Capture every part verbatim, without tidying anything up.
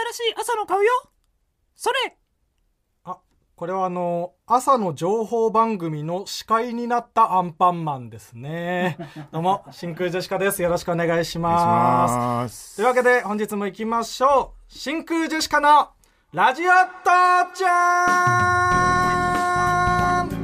新しい朝の顔よ。それ。 あ、これはあの朝の情報番組の司会になったアンパンマンですね。どうも真空ジェシカです。よろしくお願いします。 お願いします。 というわけで本日も行きましょう。真空ジェシカのラジオ父ちゃん。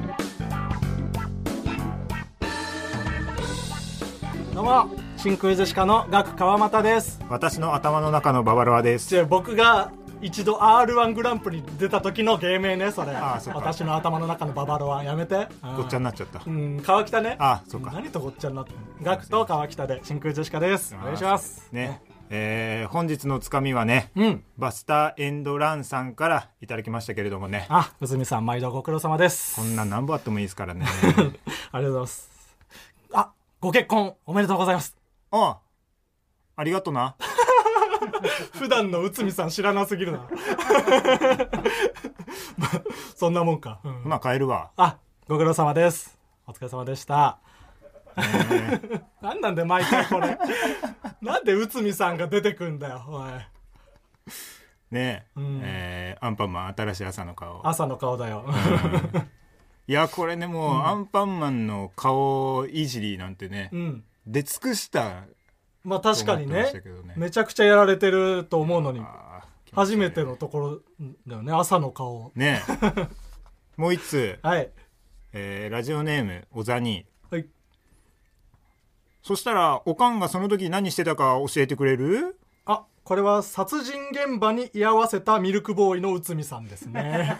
どうも真空ジェシカのガク川又です。 私の頭の中のババロアです。 じゃあ僕が一度 アールワン グランプリ出た時の芸名ね、それ。 ああ、そうか。 私の頭の中のババロアやめて。 ごっちゃになっちゃった。 うん、川北ね。 ああ、そうか。 何とごっちゃになってるの。ガクと川北で真空ジェシカです。お願いします。 ね、えー、本日のつかみはね、 うん、 バスターエンドランさんからいただきましたけれどもね。 あ、うずみさん毎度ご苦労様です。 こんなん何本あってもいいですからね。 ありがとうございます。あ、ご結婚おめでとうございます。 ああ、ありがとな。 普段の内海さん知らなすぎるな。そんなもんか。うん、 ほな帰るわ。 あ、ご苦労様です。お疲れ様でした。なんなんで毎回これ。なんで内海さんが出てくんだよ、おい。 ねえ、 うん、 えー、アンパンマン新しい朝の顔。 朝の顔だよ。 いやこれねもう、うん、アンパンマンの顔いじりなんてね、うん、出尽くした。 まあ確かに ね, ねめちゃくちゃやられてると思うのに初めてのところだよね、朝の顔ね。もう一つ、 はい、 えー、ラジオネームおざに、 はい、 そしたらおかんがその時何してたか教えてくれる？ あ、これは殺人現場に居合わせたミルクボーイの内海さんですね。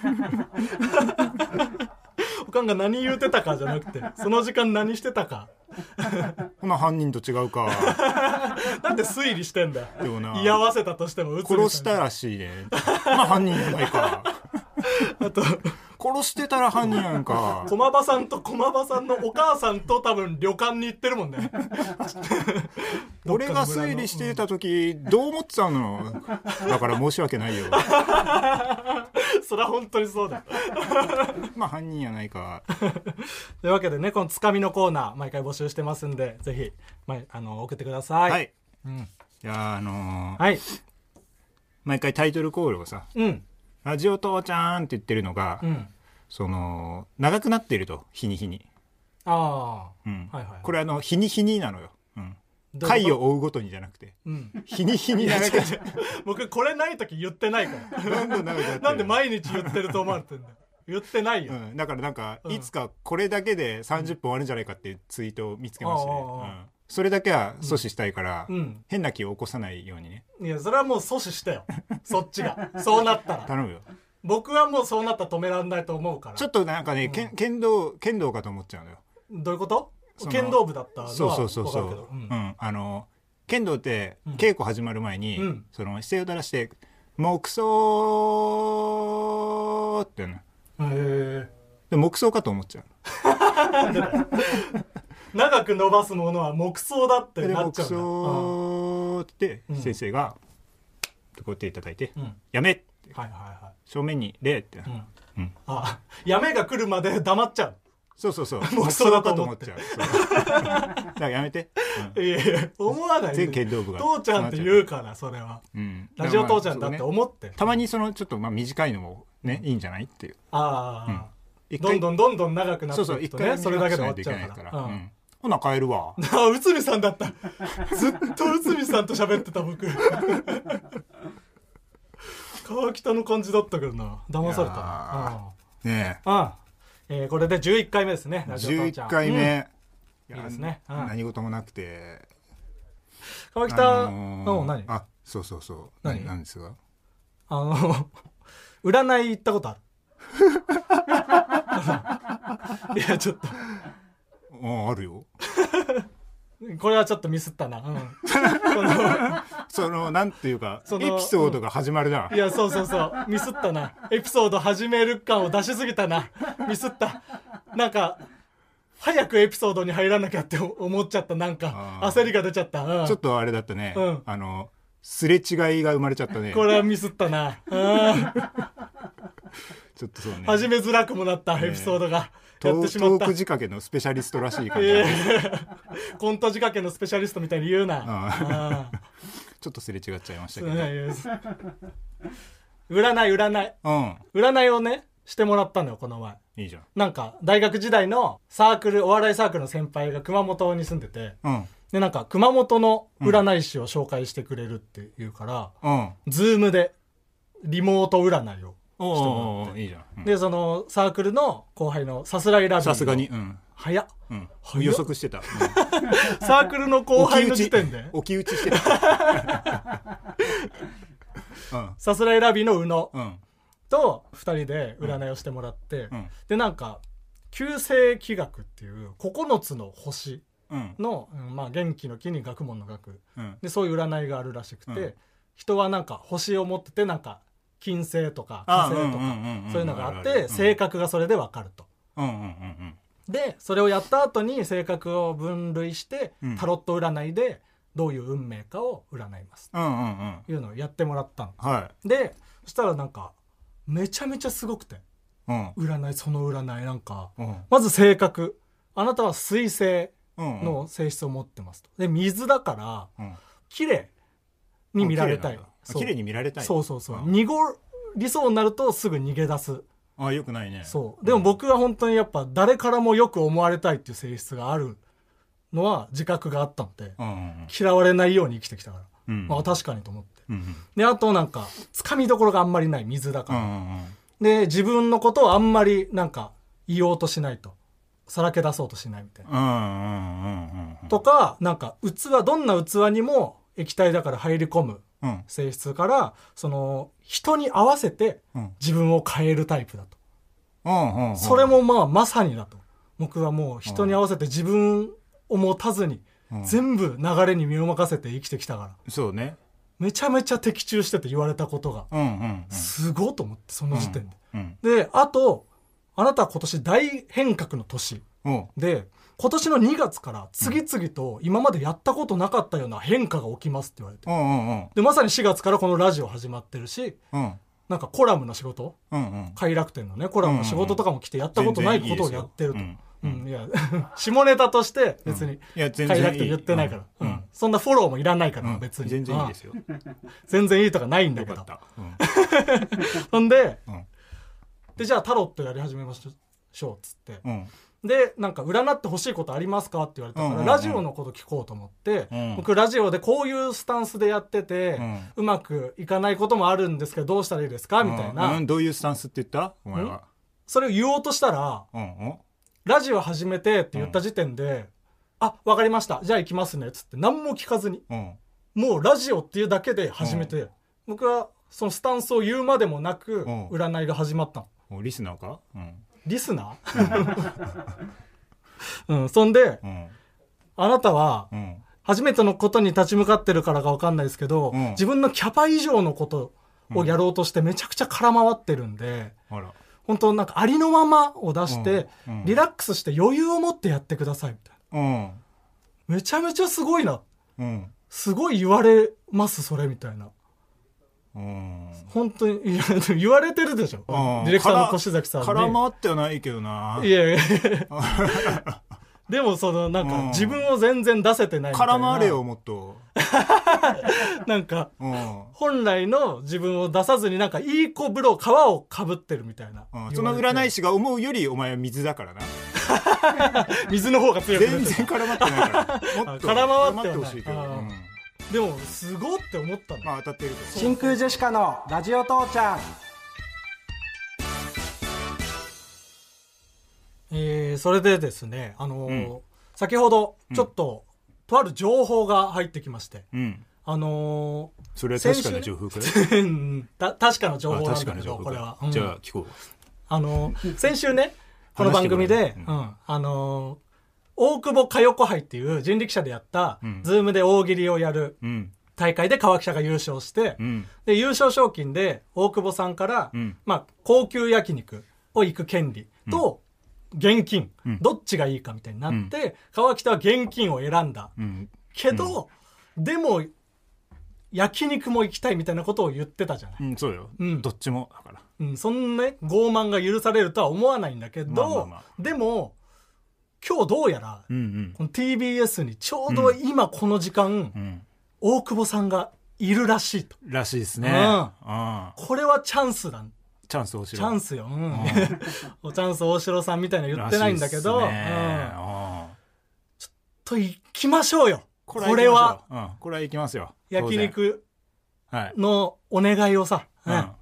おかんが何言うてたかじゃなくて、その時間何してたか。 ほな犯人と違うか。 なんで推理してんだよ。 でもな、 居合わせたとしても内海さん殺したらしいね。まあ犯人じゃないか。 あと殺してたら犯人やんか。 駒場さんと駒場さんのお母さんと多分旅館に行ってるもんね。 俺が推理してた時、うん、どう思ってたの？だから申し訳ないよ。 そりゃ本当にそうだ。 まあ犯人やないか。 というわけでね、このつかみのコーナー毎回募集してますんで、ぜひ、まあ、あの送ってください。 はい、 うん、 いやあのーはい、 毎回タイトルコールをさ、 うん、 ラジオ父ちゃんって言ってるのが、うん、その長くなっていると、日に日に。 ああ、 うん、 はいはいはい、 これあの日に日になのよ。うん、回を追うごとにじゃなくて、うん、日に日に長くなって僕これない時言ってないからどんどん長くなってなんで毎日言ってると思われてんだよ。言ってないよ、 うん、だからなんか、うん、いつかこれだけでさんじゅっぷん終わるんじゃないかっていうツイートを見つけまして、ね、うん、それだけは阻止したいから、うん、変な気を起こさないようにね。 いやそれはもう阻止したよ。そっちがそうなったら頼むよ。 僕はもうそうなったら止められないと思うから。 ちょっとなんかね、うん、剣道剣道かと思っちゃうのよ。 どういうこと？剣道部だったのはそうそうそうそう、 う、 うんうん、あの剣道って稽古始まる前に、うん、その姿勢を正して木葬ってね、へで木葬かと思っちゃう。 長く伸ばすものは木葬だってなっちゃうんだ。 木葬って先生が、うん、こうやっていただいて、うん、やめって、はいはいはい、正面に礼って、うんうん、あ、やめが来るまで黙っちゃう。 そうそうそう、 木葬だと思っちゃう。だからやめて、 うん、いやいや思わないで。 全剣道部が父ちゃんって言うからそれは、うん、ラジオ父ちゃんだって思って、 ね、たまにそのちょっとまあ短いのもね、いいんじゃないっていう。 ああ、うん、どんどんどんどん長くなっていくとね、そうそう、一回それだけで終わっちゃうから、うんうん、ほな帰るわ。 あ、内海さんだった。ずっと内海さんと喋ってた僕。川北の感じだったけどな、騙されたな。 ねえ、 ああ、えー、これでじゅういっかいめですね。ラジオ父ちゃんじゅういっかいめ、 うん、いいですね。 何事もなくて、 川北、あのー、何？ あ、そうそうそう、何なんですが、 あの占い行ったことある？いやちょっと、 あ、あるよ。 これはちょっとミスったな、うん、そのそのなんていうかエピソードが始まるな、 うん、いやそうそうそう、ミスったな。エピソード始める感を出しすぎたな。ミスった。なんか早くエピソードに入らなきゃって思っちゃった。なんか焦りが出ちゃった、うん、 ちょっとあれだったね、うん、あのすれ違いが生まれちゃったね。 これはミスったな、うん、 ちょっとそうね、 始めづらくもなった、エピソードがやってしまった。 トーク仕掛けのスペシャリストらしい感じ、 えー、コント仕掛けのスペシャリストみたいに言うな。あちょっとすれ違っちゃいましたけど。 占い占い、うん、占いをねしてもらったのよこの前。 いいじゃん。 なんか大学時代のサークルお笑いサークルの先輩が熊本に住んでて、うん、でなんか熊本の占い師を紹介してくれるって言うから、うん、ズームでリモート占いをしてもらって、 いいじゃん、うん、 でそのサークルの後輩のさすらいラビー、 さすがに、うん、 早っ、 うん、予測してた、うん、 サークルの後輩の時点で置き打ちしてたさすらいラビーの宇野、うん、とふたりで占いをしてもらって、うん、でなんか九星気学っていうここのつの星の、うん、まあ、元気の木に学問の学、うん、でそういう占いがあるらしくて、うん、人はなんか星を持っててなんか金星とか火星とかそういうのがあって性格がそれで分かると、うんうんうんうん、でそれをやった後に性格を分類してタロット占いでどういう運命かを占いますというのをやってもらったの、はい、でそしたらなんかめちゃめちゃすごくて、うん、占いその占いなんか、うん、まず性格、あなたは水星の性質を持ってますと。で水だから、うん、綺麗に見られたい、 綺麗に見られたい、 そうそうそう、うん、濁りそうになるとすぐ逃げ出す。 あ、よくないね。 そうでも僕は本当にやっぱ誰からもよく思われたいっていう性質があるのは自覚があったので、うんうんうん、嫌われないように生きてきたから、うんうん、まあ、確かにと思って、うんうん、であとなんかつかみどころがあんまりない水だから、うんうんうん、で自分のことをあんまりなんか言おうとしないと、さらけ出そうとしないみたいな、うんうんうんうん、とかなんか器、どんな器にも液体だから入り込む性質から、うん、その人に合わせて自分を変えるタイプだと、うんうんうん、それもまあまさにだと。僕はもう人に合わせて自分を持たずに、うん、全部流れに身を任せて生きてきたから、 そうね、 めちゃめちゃ的中してて言われたことが、うんうんうん、すごいと思ってその時点で、うんうん、であとあなたは今年大変革の年、うん、で今年のにがつから次々と今までやったことなかったような変化が起きますって言われて、うんうんうん、でまさにしがつからこのラジオ始まってるし、うん、なんかコラムの仕事、うんうん、快楽天のねコラムの仕事とかも来てやったことないことをやってると、うんうん、いや下ネタとして別に快楽天言ってないから、うんうん、そんなフォローもいらないから、うん、別に全然いいですよ全然いいとかないんだけど、うん、ほんで、うん、でじゃあタロットやり始めましょうっつって、うん、でなんか占ってほしいことありますかって言われたから、うんうんうん、ラジオのこと聞こうと思って、うん、僕ラジオでこういうスタンスでやってて、うん、うまくいかないこともあるんですけどどうしたらいいですかみたいな、 うん、どういうスタンスって言ったお前は。 それを言おうとしたら、うんうん、ラジオ始めてって言った時点で、うん、あ、わかりましたじゃあ行きますねっつって何も聞かずに、うん、もうラジオっていうだけで始めて、うん、僕はそのスタンスを言うまでもなく、うん、占いが始まったの。 リスナーか、うん、 リスナー、うんうん、そんで、うん、あなたは、うん、初めてのことに立ち向かってるからか分かんないですけど、うん、自分のキャパ以上のことをやろうとしてめちゃくちゃ空回ってるんで、うん、本当なんかありのままを出して、うんうん、リラックスして余裕を持ってやってくださいみたいな、うん、めちゃめちゃすごいな、うん、すごい言われますそれみたいな、うん、本当にいや言われてるでしょ、うん、ディレクターの越崎さんに。 空回ってはないけどな。 いやいやでもそのなんか自分を全然出せてないみたいな。 空回れよもっとなんか、うん、本来の自分を出さずになんかいい子風呂皮をかぶってるみたいな、 うん、その占い師が思うよりお前は水だからな水の方が強く全然絡まってないからもっと絡まってほしいけど、うん、 でもすごって思ったの。 まあ当たってると。 真空ジェシカのラジオ父ちゃん。 えー、それでですね、あのーうん、先ほどちょっと、うん、とある情報が入ってきまして、うん、あのー、 それは確かな情報かた確かな情報なんだけどこれは、 うん、じゃあ聞こう。 あのー、先週ねこの番組で、うんうん、あのー、大久保佳代子杯っていう人力車でやった、うん、ズームで大喜利をやる大会で川北が優勝して、うん、で優勝賞金で大久保さんから、うん、まあ、高級焼肉を行く権利と、うん、現金、うん、どっちがいいかみたいになって、うん、川北は現金を選んだ、うん、けど、うん、でも焼肉も行きたいみたいなことを言ってたじゃない、 うん、そうよ、うん、どっちもだから、 うん、そんな、ね、傲慢が許されるとは思わないんだけど、まあまあまあ、でも今日どうやら、うんうん、この ティービーエス にちょうど今この時間、うん、大久保さんがいるらしいと。 らしいですね、 うんうん、 これはチャンスだ。 チャンス大城、 チャンスよ、うん、おチャンス大城さんみたいな言ってないんだけど、ね、うん、ちょっと行きましょうよ。これはこれは、 うん、これは行きますよ。 焼肉のお願いをさ、 はい、うん、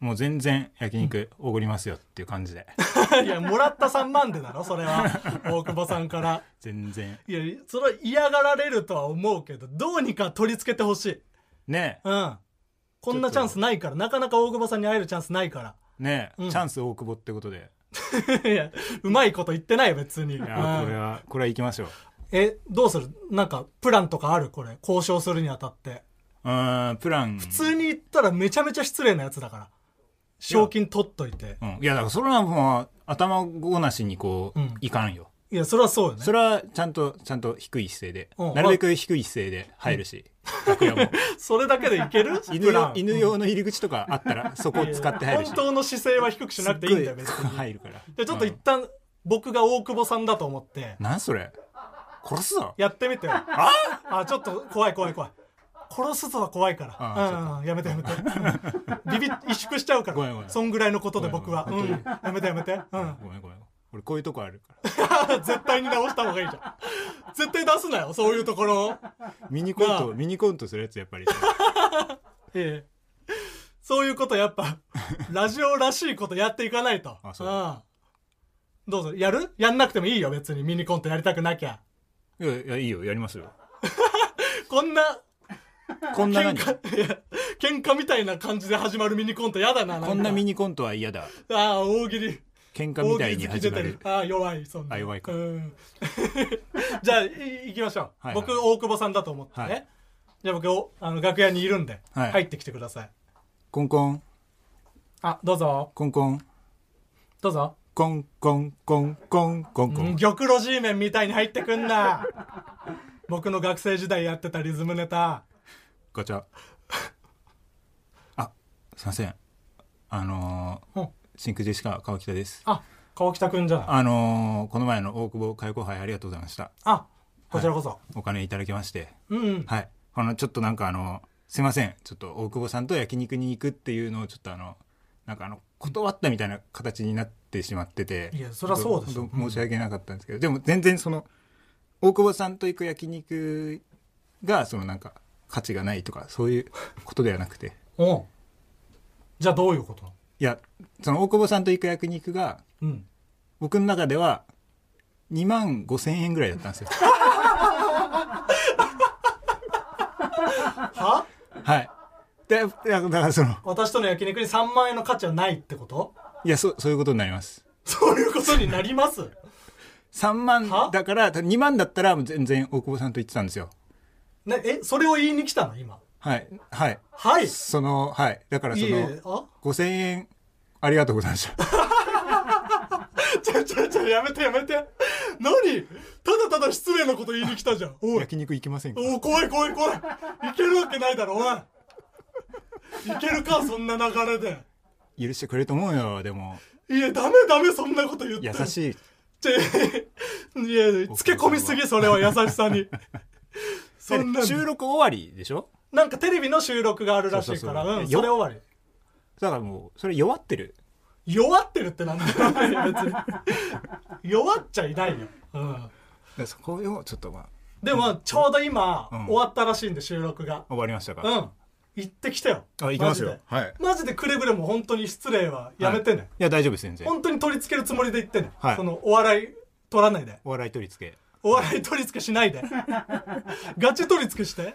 もう全然焼肉おごりますよっていう感じでいやもらったさんまんでだろそれは大久保さんから全然いやそれは嫌がられるとは思うけどどうにか取り付けてほしいねえ、うん、こんなチャンスないからなかなか大久保さんに会えるチャンスないからねえ、うん、チャンス大久保ってことでいやうまいこと言ってないよ別に。いや、うん、これはこれは行きましょう。 えどうするなんかプランとかあるこれ交渉するにあたって。 うんプラン普通に言ったらめちゃめちゃ失礼なやつだから賞金取っといて。 いや、うん、いやだからそれはもう頭ごなしにこう、うん、いかんよ。 いやそれはそうよね。 それはちゃんとちゃんと低い姿勢で、うん、なるべく低い姿勢で入るし、うん、楽屋もそれだけでいける犬用犬用の入り口とかあったらそこを使って入るし本当の姿勢は低くしなくていいんだよ別に入るから。じゃちょっと一旦、うん、僕が大久保さんだと思ってなんそれ殺すぞやってみてよ。 ああちょっと怖い怖い怖い殺すぞは怖いから、うん、やめてやめてビビ萎縮しちゃうから。 ごめんごめんそんぐらいのことで僕は、うん、やめてやめて、うん、 ごめんごめん俺こういうとこあるから絶対に直した方がいいじゃん絶対出すなよそういうところミニコントミニコントするやつやっぱりええそういうことやっぱラジオらしいことやっていかないと。 あそう、 うん、どうぞやるやんなくてもいいよ別にミニコントやりたくなきゃ。 いやいやいいよやりますよこんなこんな何喧嘩いや喧嘩みたいな感じで始まるミニコントやだな。なんかこんなミニコントは嫌だ。 ああ大喜利喧嘩みたいに始まる。 ああ弱いそんな。 あ弱いか、うん、 じゃあ行きましょう、はいはい、僕大久保さんだと思ってね、はい、じゃあ僕あの楽屋にいるんで、はい、入ってきてください。 コンコン。 あどうぞ。 コンコンどうぞ。 コンコンコンコンコンコン。 玉露 G メンみたいに入ってくんな僕の学生時代やってたリズムネタ。 ガチャあすいませんあのー、真空ジェシカ川北です。 あ川北くんじゃない。 あのー、この前の大久保開講杯ありがとうございました。 あこちらこそ、はい、 お金いただきまして、 うんうん、 はいこのちょっとなんかあのすいませんちょっと大久保さんと焼肉に行くっていうのをちょっとあのなんかあの断ったみたいな形になってしまってて。 いやそりゃそうですよ。 申し訳なかったんですけど、うん、でも全然その大久保さんと行く焼肉がそのなんか価値がないとかそういうことではなくておじゃあどういうこと？ いやその大久保さんと行く焼肉が、うん、僕の中ではにまんごせんえんぐらいだったんですよは？ はいでだからその私との焼肉にさんまんえんの価値はないってこと？ いや そ, そういうことになります。 そういうことになりますさんまんだからにまんだったら全然大久保さんと行ってたんですよ。 なえそれを言いに来たの今？ はいはいはいそのはいだからそのごせんえんありがとうございましたちょちょちょやめてやめて何ただただ失礼なこと言いに来たじゃん。おい焼肉行きませんか？ お怖い怖い怖いいけるわけないだろおいいけるかそんな流れで。 許してくれると思うよ。でもいやダメダメそんなこと言って優しいちょいやつけ込みすぎそれは優しさにそんな収録終わりでしょ？ なんかテレビの収録があるらしいからうんそれ終わりだからもうそれ弱ってる弱ってるってなんだよ別に弱っちゃいないよ、 うん、そこをちょっとまあでもちょうど今、うん、終わったらしいんで収録が終わりましたか？ うん行ってきたよ。 あ行きますよ。はい、 マジでくれぐれも本当に失礼はやめてね、はい、いや大丈夫です全然本当に取り付けるつもりで言ってね、 はい、 そのお笑い取らないでお笑い取り付けお笑い取り付けしないでガチ取り付けして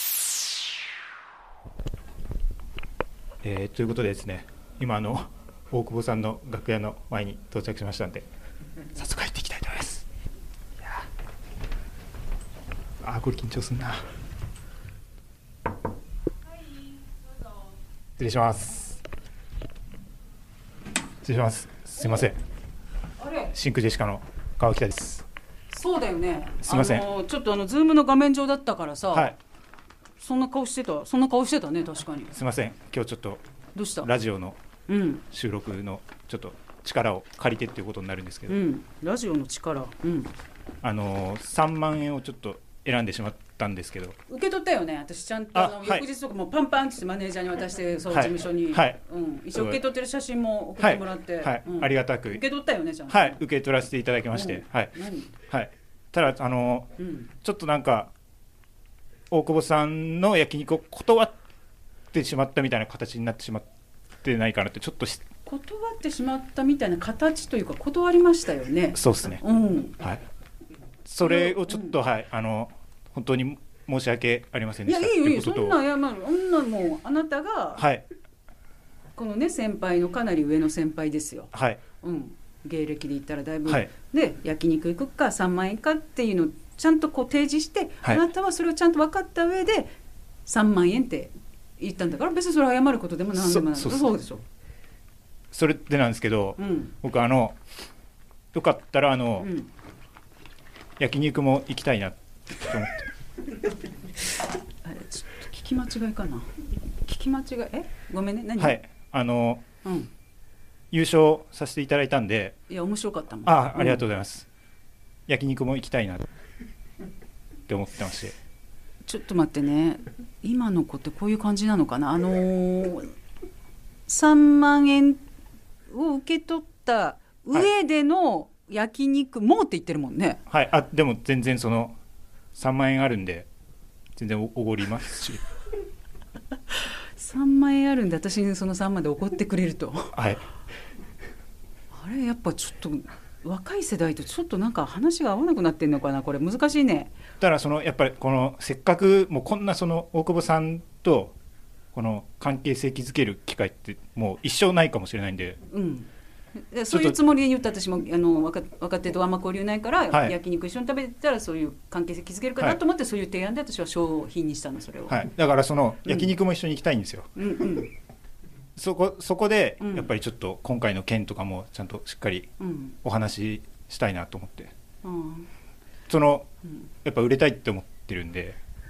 えー、ということでですね今あの大久保さんの楽屋の前に到着しましたんで早速入っていきたいと思います。いやあこれ緊張すんな。失礼します。失礼します。すいません。 あれ真空ジェシカの川北です。 そうだよね。 すいません。 あのちょっとあのズームの画面上だったからさ、 はい、 そんな顔してたそんな顔してたね確かに。 すいません今日ちょっとどうしたラジオの収録のちょっと力を借りてっていうことになるんですけど、 うん、ラジオの力、うん、 あのさんまんえんをちょっと選んでしまっったんですけど、 受け取ったよね。私ちゃんとあのはい翌日とかもうパンパンってマネージャーに渡して総事務所に、 はいはいうん、一応受け取ってる写真も送ってもらって、 はいはいうん、 ありがたく受け取ったよねちゃんと。 はい受け取らせていただきまして、 うん、 はい何はいただあの、 うん、 ちょっとなんか大久保さんの焼肉を断ってしまったみたいな形になってしまってないかなってちょっとし断ってしまったみたいな形というか断りましたよね。 そうですね、 うんはい、それをちょっと、うん、はいあの本当に申し訳ありませんでした。 いやいいよいいよそんな謝るそんなもうあなたが、 はい、 このね先輩のかなり上の先輩ですよ、 はいうん、芸歴で言ったらだいぶ、 はい、 で焼肉行くかさんまんえんかっていうのをちゃんとこう提示して、はい、あなたはそれをちゃんと分かった上でさんまんえんって言ったんだから別にそれは謝ることでも何でもない。そ, そ, そうでしょ。 それでなんですけど、うん、僕あのよかったらあの、うん、焼肉も行きたいなと思ってあれちょっと聞き間違いかな聞き間違いえごめんね何はいあの、うん、優勝させていただいたんでいや面白かったもん。 あありがとうございます、うん、焼肉も行きたいなって思ってまして。 ちょっと待ってね今の子ってこういう感じなのかな。あのー、さんまんえんを受け取った上での焼肉もって言ってるもんね。 はい、あでも全然そのさんまんえんあるんで全然おごりますしさんまんえんあるんで私にそのさんまんでおごってくれるとはいあれやっぱちょっと若い世代とちょっとなんか話が合わなくなってんのかな。これ難しいね。 だからそのやっぱりこのせっかくもうこんなその大久保さんとこの関係性築ける機会ってもう一生ないかもしれないんで、 うん、そういうつもりで言った私もあの若手とあんま交流ないから、はい、焼肉一緒に食べたらそういう関係性築けるかなと思って、はい、そういう提案で私は商品にしたのそれを、はい、 だからその焼肉も一緒に行きたいんですよ、うんうん、そこ、そこでやっぱりちょっと今回の件とかもちゃんとしっかりお話ししたいなと思って、うん、そのやっぱ売れたいって思ってるんで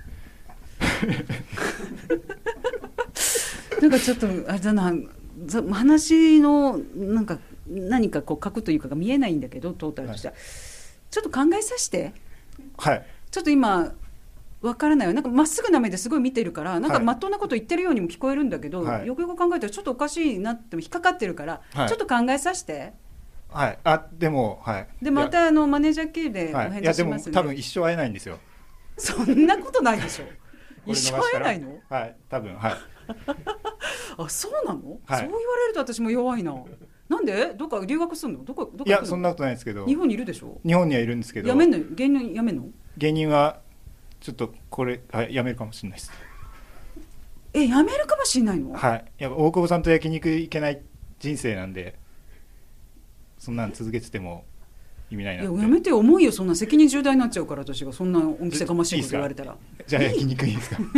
なんかちょっとあれだな話のなんか何かこう書くというかが見えないんだけどトータルとしては、はい、ちょっと考えさせて、 はい、 ちょっと今わからないよなんかまっすぐな目ですごい見てるからなんかまっとうなこと言ってるようにも聞こえるんだけど、はい、よくよく考えたらちょっとおかしいなって引っかかってるから、はい、ちょっと考えさせて。 はい、あでも、はい、 でまたあのマネージャー経由でお返事しますね、はい、いやでも多分一生会えないんですよ。 そんなことないでしょ一生会えないの。 はい多分はいあそうなの、はい、そう言われると私も弱いな。なんでどっか留学するのどこどこ行くの。 いやそんなことないですけど。 日本にいるでしょ。 日本にはいるんですけど。 やめんの芸人やめんの。 芸人はちょっとこれやめるかもしれないです。 えやめるかもしれないの。 はいいや大久保さんと焼肉行けない人生なんでそんなん続けてても意味ないなって。いややめて重いよそんな責任重大になっちゃうから私がそんな恩着せがましいこと言われたら。 いいじゃあ焼肉いいですか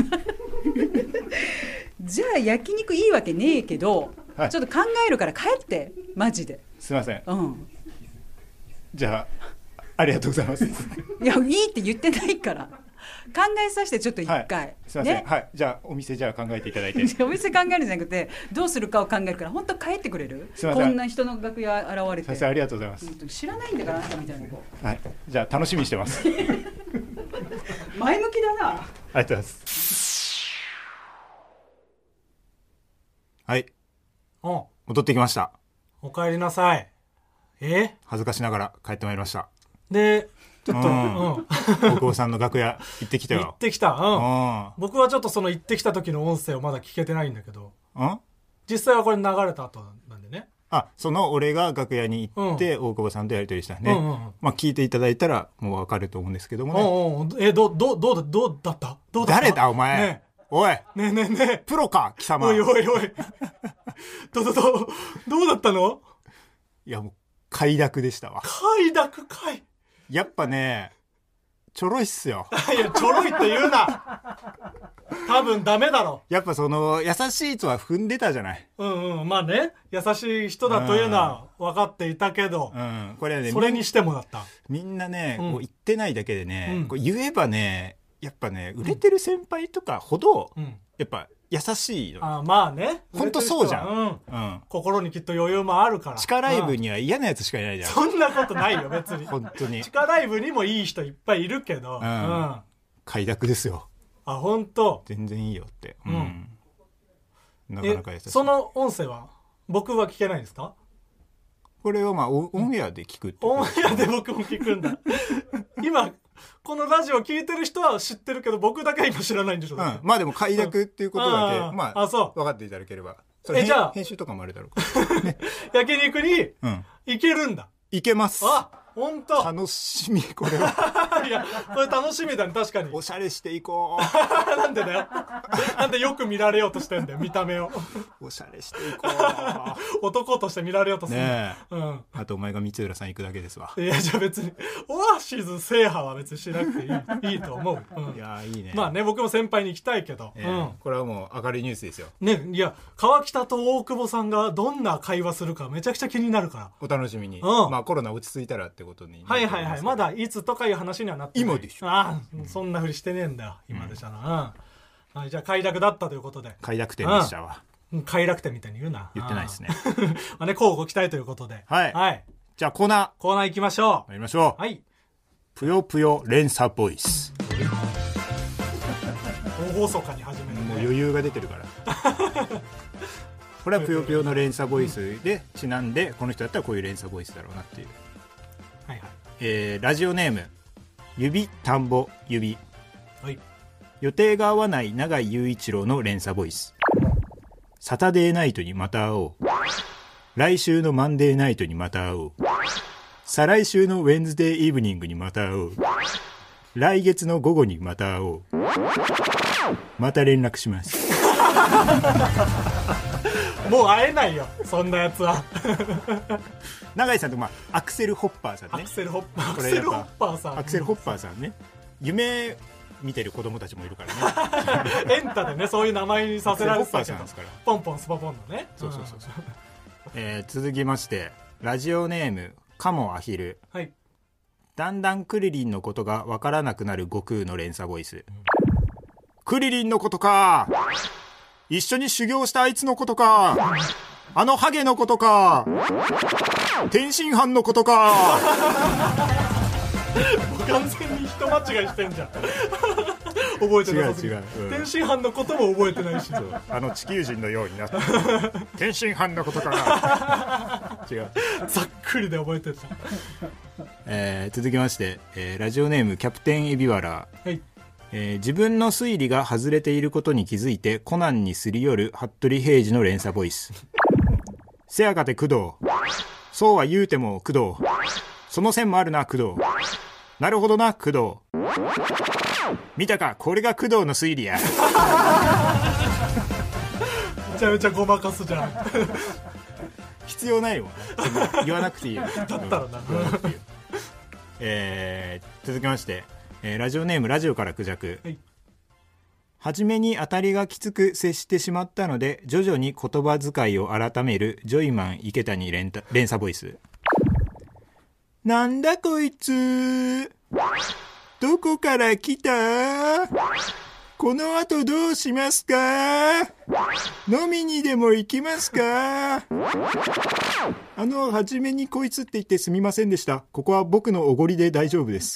じゃあ焼肉いいわけねえけど、はい、ちょっと考えるから帰ってマジで。 すいません、 うん、 じゃあありがとうございますいやいいって言ってないから考えさせてちょっと一回、はい、 すいません、ね、はいじゃあお店じゃあ考えていただいてお店考えるんじゃなくてどうするかを考えるから本当帰ってくれる。こんな人の楽屋現れて先生ありがとうございます。 知らないんだからあんたみたいな子、 はい、じゃあ楽しみにしてます前向きだな。ありがとうございます。はいお戻ってきました。 お帰りなさい。え恥ずかしながら帰ってまいりました。 でちょっと、うん、 大久保さんの楽屋行ってきたよ。 行ってきた、うん、僕はちょっとその行ってきた時の音声をまだ聞けてないんだけど、うん、実際はこれ流れた後なんでね。 あその俺が楽屋に行って、うん、大久保さんとやり取りしたね、うんうんうん、まあ、聞いていただいたらもう分かると思うんですけどもね、 うんうん、えどどどうどうだったどうだった誰だお前、ね、おいねえねえねえプロか貴様。 おいおいおいどどどどうだったの。 いやもう快諾でしたわ。 快諾かい。 やっぱねちょろいっすよいやちょろいって言うな多分ダメだろ。 やっぱその優しいとは踏んでたじゃない。 うんうんまあね優しい人だというのは分かっていたけど、 うん、これはねそれにしてもだった。 みんなね、うん、こう言ってないだけでね、うん、こう言えばねやっぱね売れてる先輩とかほど、うん、やっぱ優しいの。 あまあね本当そうじゃん、 うんうん、心にきっと余裕もあるから。 地下ライブには嫌なやつしかいないじゃん、 うん、そんなことないよ別に本当に地下ライブにもいい人いっぱいいるけど、うんうん、 快諾ですよ。 あ、本当。 全然いいよって、うん、うん、なかなか優しい。 その音声は僕は聞けないんですか？ これをまあオンエアで聞くってオンエアで僕も聞くんだ今このラジオ聞いてる人は知ってるけど僕だけは今知らないんでしょう、 うん、まあでも快諾っていうことだけ、うん、まあ、あ、そう分かっていただければ。それえじゃあ編集とかもあるだろうから焼肉に行けるんだ、 うん、行けます。 あ、本当。 楽しみ、これは。 いや、これ楽しみだね、確かに。 おしゃれしていこう。 なんでだよ。なんでよく見られようとしてんだよ、見た目を。 おしゃれしていこう。男として見られようとする。 ねえ。うん。あとお前が三浦さん行くだけですわ。 いや、じゃあ別に、オアシズ制覇は別にしなくていい、いいと思う。うん、 いや、いいね。 まあね、僕も先輩に行きたいけど。 えー、うん。これはもう明るいニュースですよ。 ね、いや、川北と大久保さんがどんな会話するかめちゃくちゃ気になるから。 お楽しみに。うん。まあコロナ落ち着いたらってことに。 はいはいはい。まだいつとかいう話にはなってない。 今でしょ。 ああ、うん、そんなふりしてねえんだよ、今でしたな。うん、はい、じゃあ快諾だったということで。 快諾店でしたわ。 うん、快楽店みたいに言うな。 言ってないですね。 まあね、交互期待ということで。 はい。はい。じゃあコーナー。 コーナー行きましょう。 やりましょう。 はい。 ぷよぷよ連鎖ボイス。 大細かに始める、ね。 もう余裕が出てるから。これはぷよぷよの連鎖ボイスでちなんで、この人だったらこういう連鎖ボイスだろうなっていう。 はいはい。 えー、ラジオネーム指田んぼ指、 はい、 予定が合わない永井雄一郎の連鎖ボイス。サタデーナイトにまた会おう。来週のマンデーナイトにまた会おう。再来週のウェンズデーイブニングにまた会おう。来月の午後にまた会おう。また連絡します。 もう会えないよ、そんなやつは。 永井さんと、まあ、アクセルホッパーさんね。 アクセルホッパー、アクセルホッパーさん。 アクセルホッパーさんね。夢見てる子供たちもいるからね。エンタでね、そういう名前にさせられてたけど、ポンポンスポポンのね。 そうそうそうそう。えー、続きまして、ラジオネームカモアヒル。 はい。 だんだんクリリンのことがわからなくなる悟空の連鎖ボイス。うん、クリリンのことか。一緒に修行したあいつのことか。あのハゲのことか。天津飯のことか。 もう完全に人間違いしてんじゃん。覚えてない。 違う違う、うん、 天津飯のことも覚えてないし。 あの地球人のようになって天津飯のことか。違う、 ざっくりで覚えてた。 えー、続きまして、えー、ラジオネームキャプテンエビワラ、 はい、 えー、自分の推理が外れていることに気づいてコナンにすり寄る服部平次の連鎖ボイス。せやかて工藤、そうは言うても工藤、その線もあるな工藤、なるほどな工藤、見たかこれが工藤の推理や。 めちゃめちゃごまかすじゃん。 必要ないもん、言わなくていいよ。 だったらな。 えー、続きまして、えー、ラジオネームラジオからクジャク、 はい、 初めに当たりがきつく接してしまったので徐々に言葉遣いを改めるジョイマン池谷連連鎖ボイス。なんだこいつ、どこから来た、この後どうしますか、飲みにでも行きますか。あの初めにこいつって言ってすみませんでした。ここは僕のおごりで大丈夫です。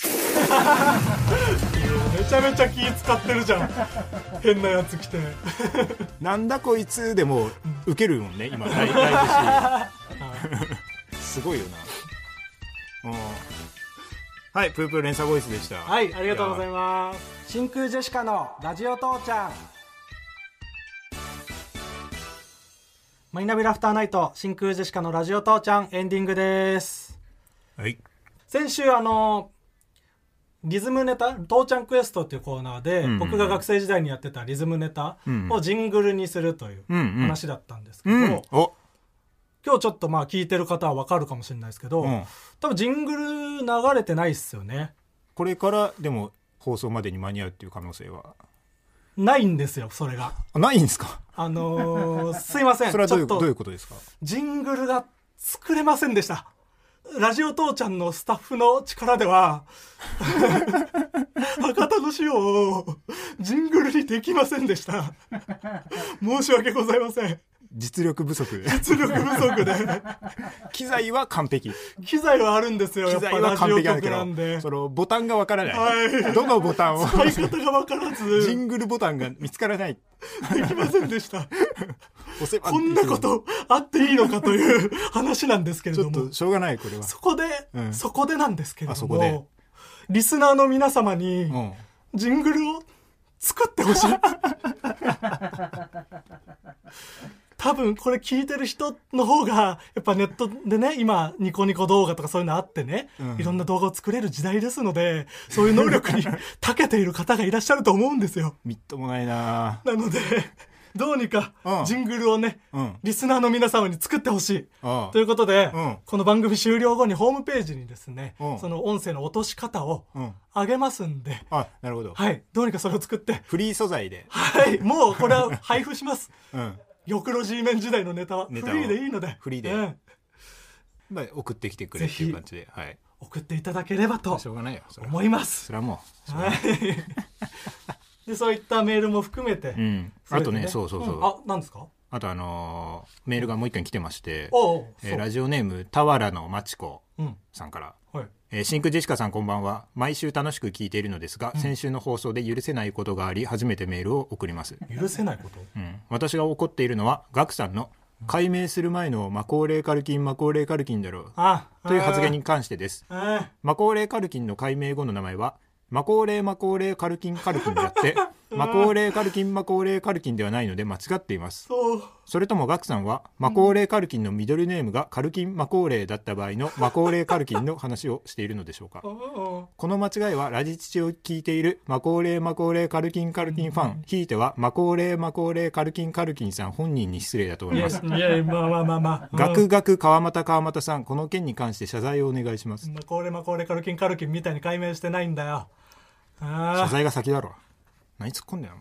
めちゃめちゃ気使ってるじゃん。変なやつ来て。 なんだこいつでもウケるもんね今ライブし。すごいよな。うん、はい、プープー連鎖ボイスでした。 はい、ありがとうございます。 真空ジェシカのラジオ父ちゃん。 マイナビラフターナイト真空ジェシカのラジオ父ちゃんエンディングです。 はい。 先週あのリズムネタ父ちゃんクエストっていうコーナーで、うんうん、僕が学生時代にやってたリズムネタをジングルにするという話だったんですけど、うんうん、お今日ちょっとまあ聞いてる方は分かるかもしれないですけど、うん、多分ジングル流れてないっすよね。 これからでも放送までに間に合うっていう可能性はないんですよ。それがないんですか。 あのー、すいません。 それはどういう、どういうことですか。 ジングルが作れませんでした。ラジオ父ちゃんのスタッフの力では博多の塩をジングルにできませんでした。申し訳ございません。 実力不足で実力不足で機材は完璧、 機材はあるんですよ。やっぱラジオ局なんでそのボタンがわからない、 はい、 どのボタンを使い方がわからずジングルボタンが見つからないできませんでしたこんなことあっていいのかという話なんですけれども、 ちょっとしょうがないこれは。 そこで、うん、そこでなんですけれども、リスナーの皆様に、うん、ジングルを作ってほしい多分これ聞いてる人の方がやっぱネットでね、今ニコニコ動画とかそういうのあってね、うん、いろんな動画を作れる時代ですので、そういう能力に長けている方がいらっしゃると思うんですよ。 みっともないな。 なのでどうにかジングルをね、うん、リスナーの皆様に作ってほしい、うん、ということで、うん、この番組終了後にホームページにですね、うん、その音声の落とし方を上げますんで、 あ、なるほど、 はい、どうにかそれを作ってフリー素材で、 はい、もうこれは配布します、うん、玉露 G メン時代のネタはフリーでいいのでフリーで、うんまあ、送ってきてくれっていう感じで、はい、 送っていただければとしょうがないよ思います。 それはもう、 はいでそういったメールも含めて、うん、 あとね、そうそうそう、うん、 あ、何ですか。 あとあのー、メールがもう一回来てまして、 おうえー、ラジオネーム田原のまちこさんから、うんはいえー、真空ジェシカさんこんばんは。毎週楽しく聞いているのですが、うん、先週の放送で許せないことがあり初めてメールを送ります。 許せないこと、 うん、私が怒っているのはガクさんの解明する前のマコーレーカルキンマコーレーカルキンだろうという発言に関してです。マコーレーカルキンの解明後の名前はマコーレーマコーレーカルキンカルキンであってマコーレーカルキンマコーレーカルキンではないので間違っています。 そうそれともガクさんはマコーレーカルキンのミドルネームがカルキンマコーレーだった場合のマコーレーカルキンの話をしているのでしょうか。この間違いはラジチチを聞いているマコーレーマコーレーカルキンカルキンファン、ひいてはマコーレーマコーレーカルキンカルキンさん本人に失礼だと思います。 いやいや、まあまあまあまあ、 ガクガク川又川又さん、この件に関して謝罪をお願いします。 マコーレーマコーレーカルキンカルキンみたいに解明してないんだよ。 謝罪が先だろ。何突っ込んだよ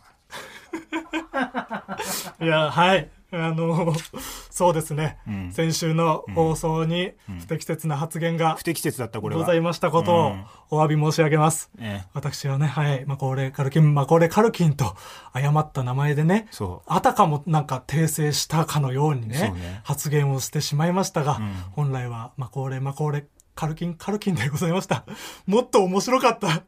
お前。いや、はいあのそうですね、うん、先週の放送に不適切な発言が、 うん、不適切だったこれはございましたことをお詫び申し上げます、うん、私はね、はいマコーレーカルキンマコーレーカルキンと誤った名前でね、あたかもなんか訂正したかのように ね, ね発言をしてしまいましたが、うん、本来はマコーレーマコーレーカルキンカルキンでございました。もっと面白かった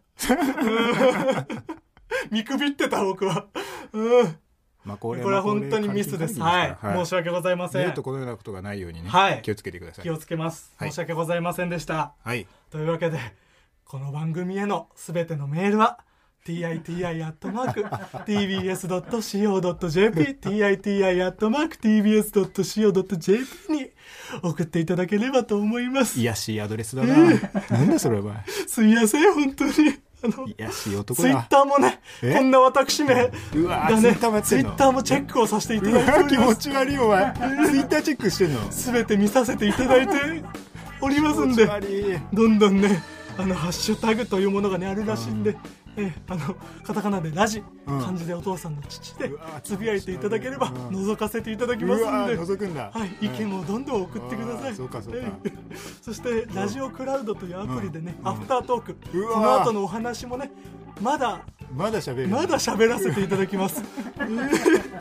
見くびってた僕は、うんまあ、これは本当にミスです。はい、はい、申し訳ございません。 二度とこのようなことがないようにね、 はい、 気をつけてください。 気をつけます、はい、申し訳ございませんでした、 はい、 というわけでこの番組へのすべてのメールは ティーアイティーアイ アットマーク ティービーエス ドット シーオー ドット ジェーピー ティーアイティーアイ アットマーク ティービーエス ドット シーオー ドット ジェーピー に送っていただければと思います。 いやしいアドレスだな、えー、なんだそれお前。 すいません本当に。あのいやしい男だ。 ツイッターもね、こんな私名がね、 うわツイッターもやってんの。 ツイッターもチェックをさせていただいております。 気持ち悪いお前。ツイッターチェックしてんの。 すべて見させていただいておりますんで、どんどんね、あのハッシュタグというものがねあるらしいんで、うん、えあのカタカナでラジ、うん、漢字でお父さんの父でつぶやいていただければ覗かせていただきますんで、 覗くんだ、 はい、意見をどんどん送ってください。 そうかそうか。 そしてラジオクラウドというアプリでね、うん、アフタートーク、この後のお話もねまだまだ喋るまだ喋らせていただきます。えー、うわ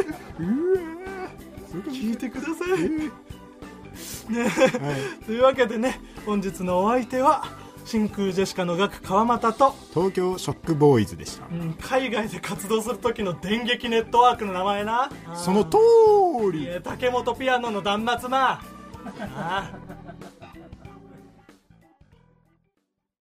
聞いてください、ねはい、というわけでね、本日のお相手は真空ジェシカのガク川又と東京ショックボーイズでした、 うん、海外で活動する時の電撃ネットワークの名前な。 その通り。 竹本ピアノの断末魔。ああ